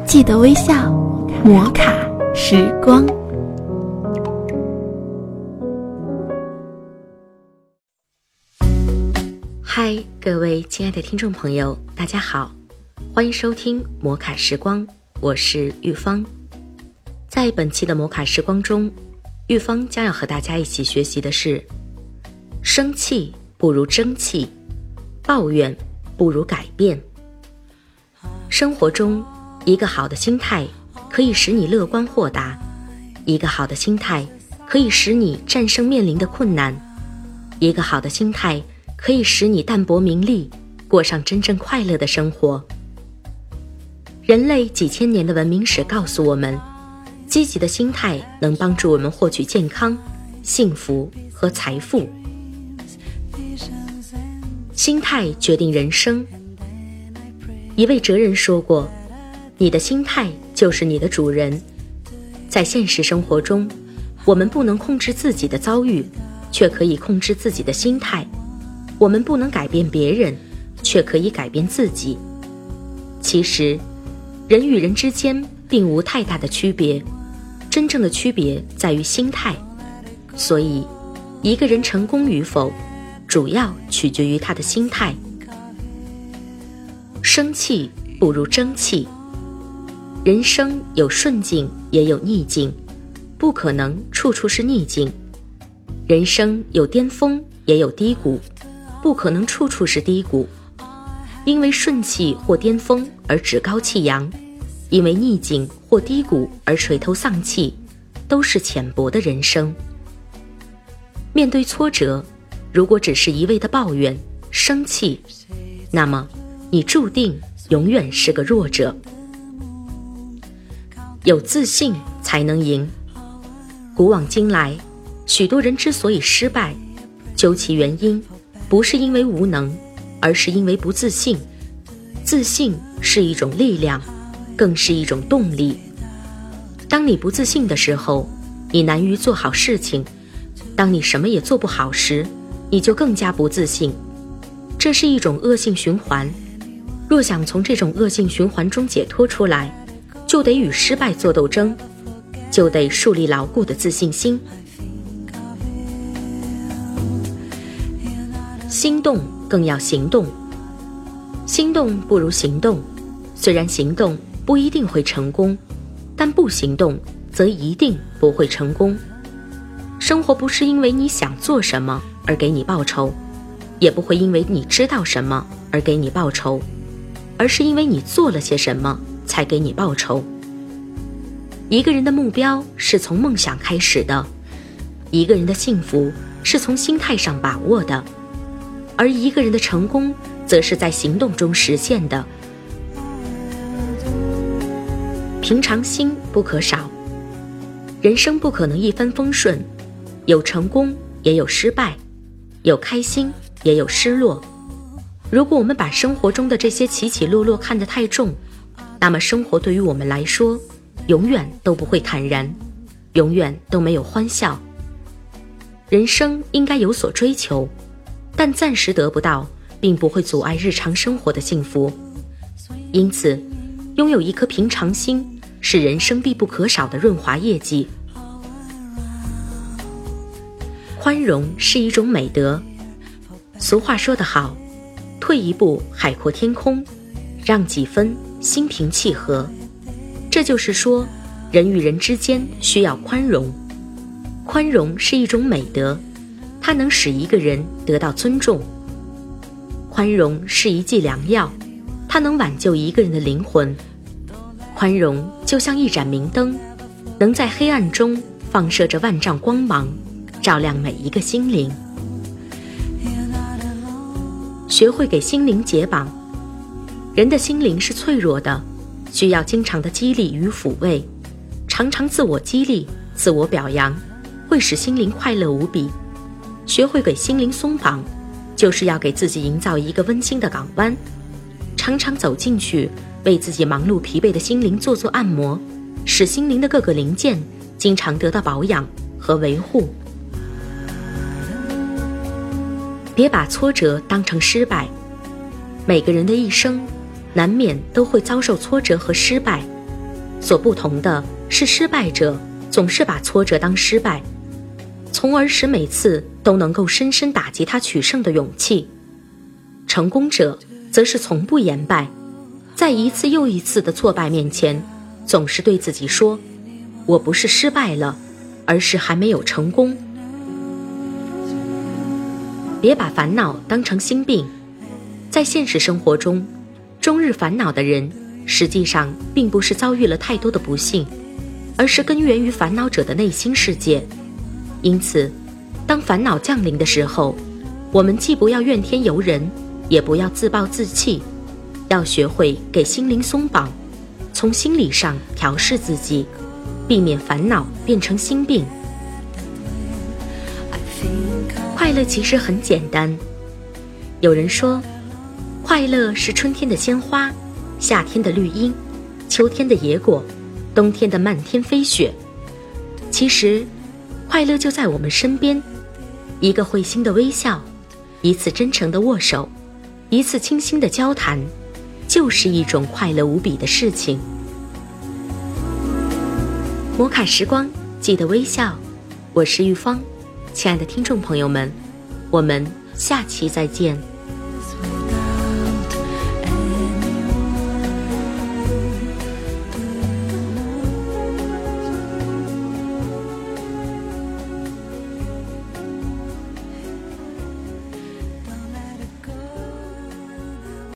记得微笑，摩卡时光。 嗨，各位亲爱的听众朋友，大家好，欢迎收听摩卡时光，我是玉芳。在本期的摩卡时光中，玉芳将要和大家一起学习的是：生气不如争气，抱怨不如改变。生活中，一个好的心态可以使你乐观豁达，一个好的心态可以使你战胜面临的困难，一个好的心态可以使你淡泊名利，过上真正快乐的生活。人类几千年的文明史告诉我们，积极的心态能帮助我们获取健康、幸福和财富。心态决定人生。一位哲人说过，你的心态就是你的主人。在现实生活中，我们不能控制自己的遭遇，却可以控制自己的心态。我们不能改变别人，却可以改变自己。其实，人与人之间并无太大的区别，真正的区别在于心态。所以，一个人成功与否，主要取决于他的心态。生气不如争气。人生有顺境，也有逆境，不可能处处是逆境。人生有巅峰，也有低谷，不可能处处是低谷。因为顺气或巅峰而趾高气扬，因为逆境或低谷而垂头丧气，都是浅薄的人生。面对挫折，如果只是一味的抱怨、生气，那么你注定永远是个弱者。有自信才能赢。古往今来，许多人之所以失败，究其原因，不是因为无能，而是因为不自信。自信是一种力量，更是一种动力。当你不自信的时候，你难于做好事情；当你什么也做不好时，你就更加不自信。这是一种恶性循环。若想从这种恶性循环中解脱出来，就得与失败做斗争，就得树立牢固的自信心。心动更要行动。心动不如行动。虽然行动不一定会成功，但不行动则一定不会成功。生活不是因为你想做什么而给你报酬，也不会因为你知道什么而给你报酬，而是因为你做了些什么才给你报酬。一个人的目标是从梦想开始的，一个人的幸福是从心态上把握的，而一个人的成功则是在行动中实现的。平常心不可少。人生不可能一帆风顺，有成功也有失败，有开心也有失落。如果我们把生活中的这些起起落落看得太重，那么生活对于我们来说永远都不会坦然，永远都没有欢笑。人生应该有所追求，但暂时得不到并不会阻碍日常生活的幸福。因此，拥有一颗平常心是人生必不可少的润滑液剂。宽容是一种美德。俗话说得好，退一步海阔天空，让几分心平气和。这就是说，人与人之间需要宽容。宽容是一种美德，它能使一个人得到尊重。宽容是一剂良药，它能挽救一个人的灵魂。宽容就像一盏明灯，能在黑暗中放射着万丈光芒，照亮每一个心灵。学会给心灵解绑。人的心灵是脆弱的，需要经常的激励与抚慰。常常自我激励、自我表扬，会使心灵快乐无比。学会给心灵松绑，就是要给自己营造一个温馨的港湾，常常走进去，为自己忙碌疲惫的心灵做做按摩，使心灵的各个零件经常得到保养和维护。别把挫折当成失败。每个人的一生难免都会遭受挫折和失败， 所不同的是，失败者总是把挫折当失败，从而使每次都能够深深打击他取胜的勇气。成功者则是从不言败，在一次又一次的挫败面前，总是对自己说，我不是失败了，而是还没有成功。别把烦恼当成心病。在现实生活中，终日烦恼的人实际上并不是遭遇了太多的不幸，而是根源于烦恼者的内心世界。因此，当烦恼降临的时候，我们既不要怨天尤人，也不要自暴自弃，要学会给心灵松绑，从心理上调试自己，避免烦恼变成心病。快乐其实很简单。有人说，快乐是春天的鲜花，夏天的绿荫，秋天的野果，冬天的漫天飞雪。其实快乐就在我们身边，一个会心的微笑，一次真诚的握手，一次倾心的交谈，就是一种快乐无比的事情。摩卡时光，记得微笑。我是玉芳，亲爱的听众朋友们，我们下期再见。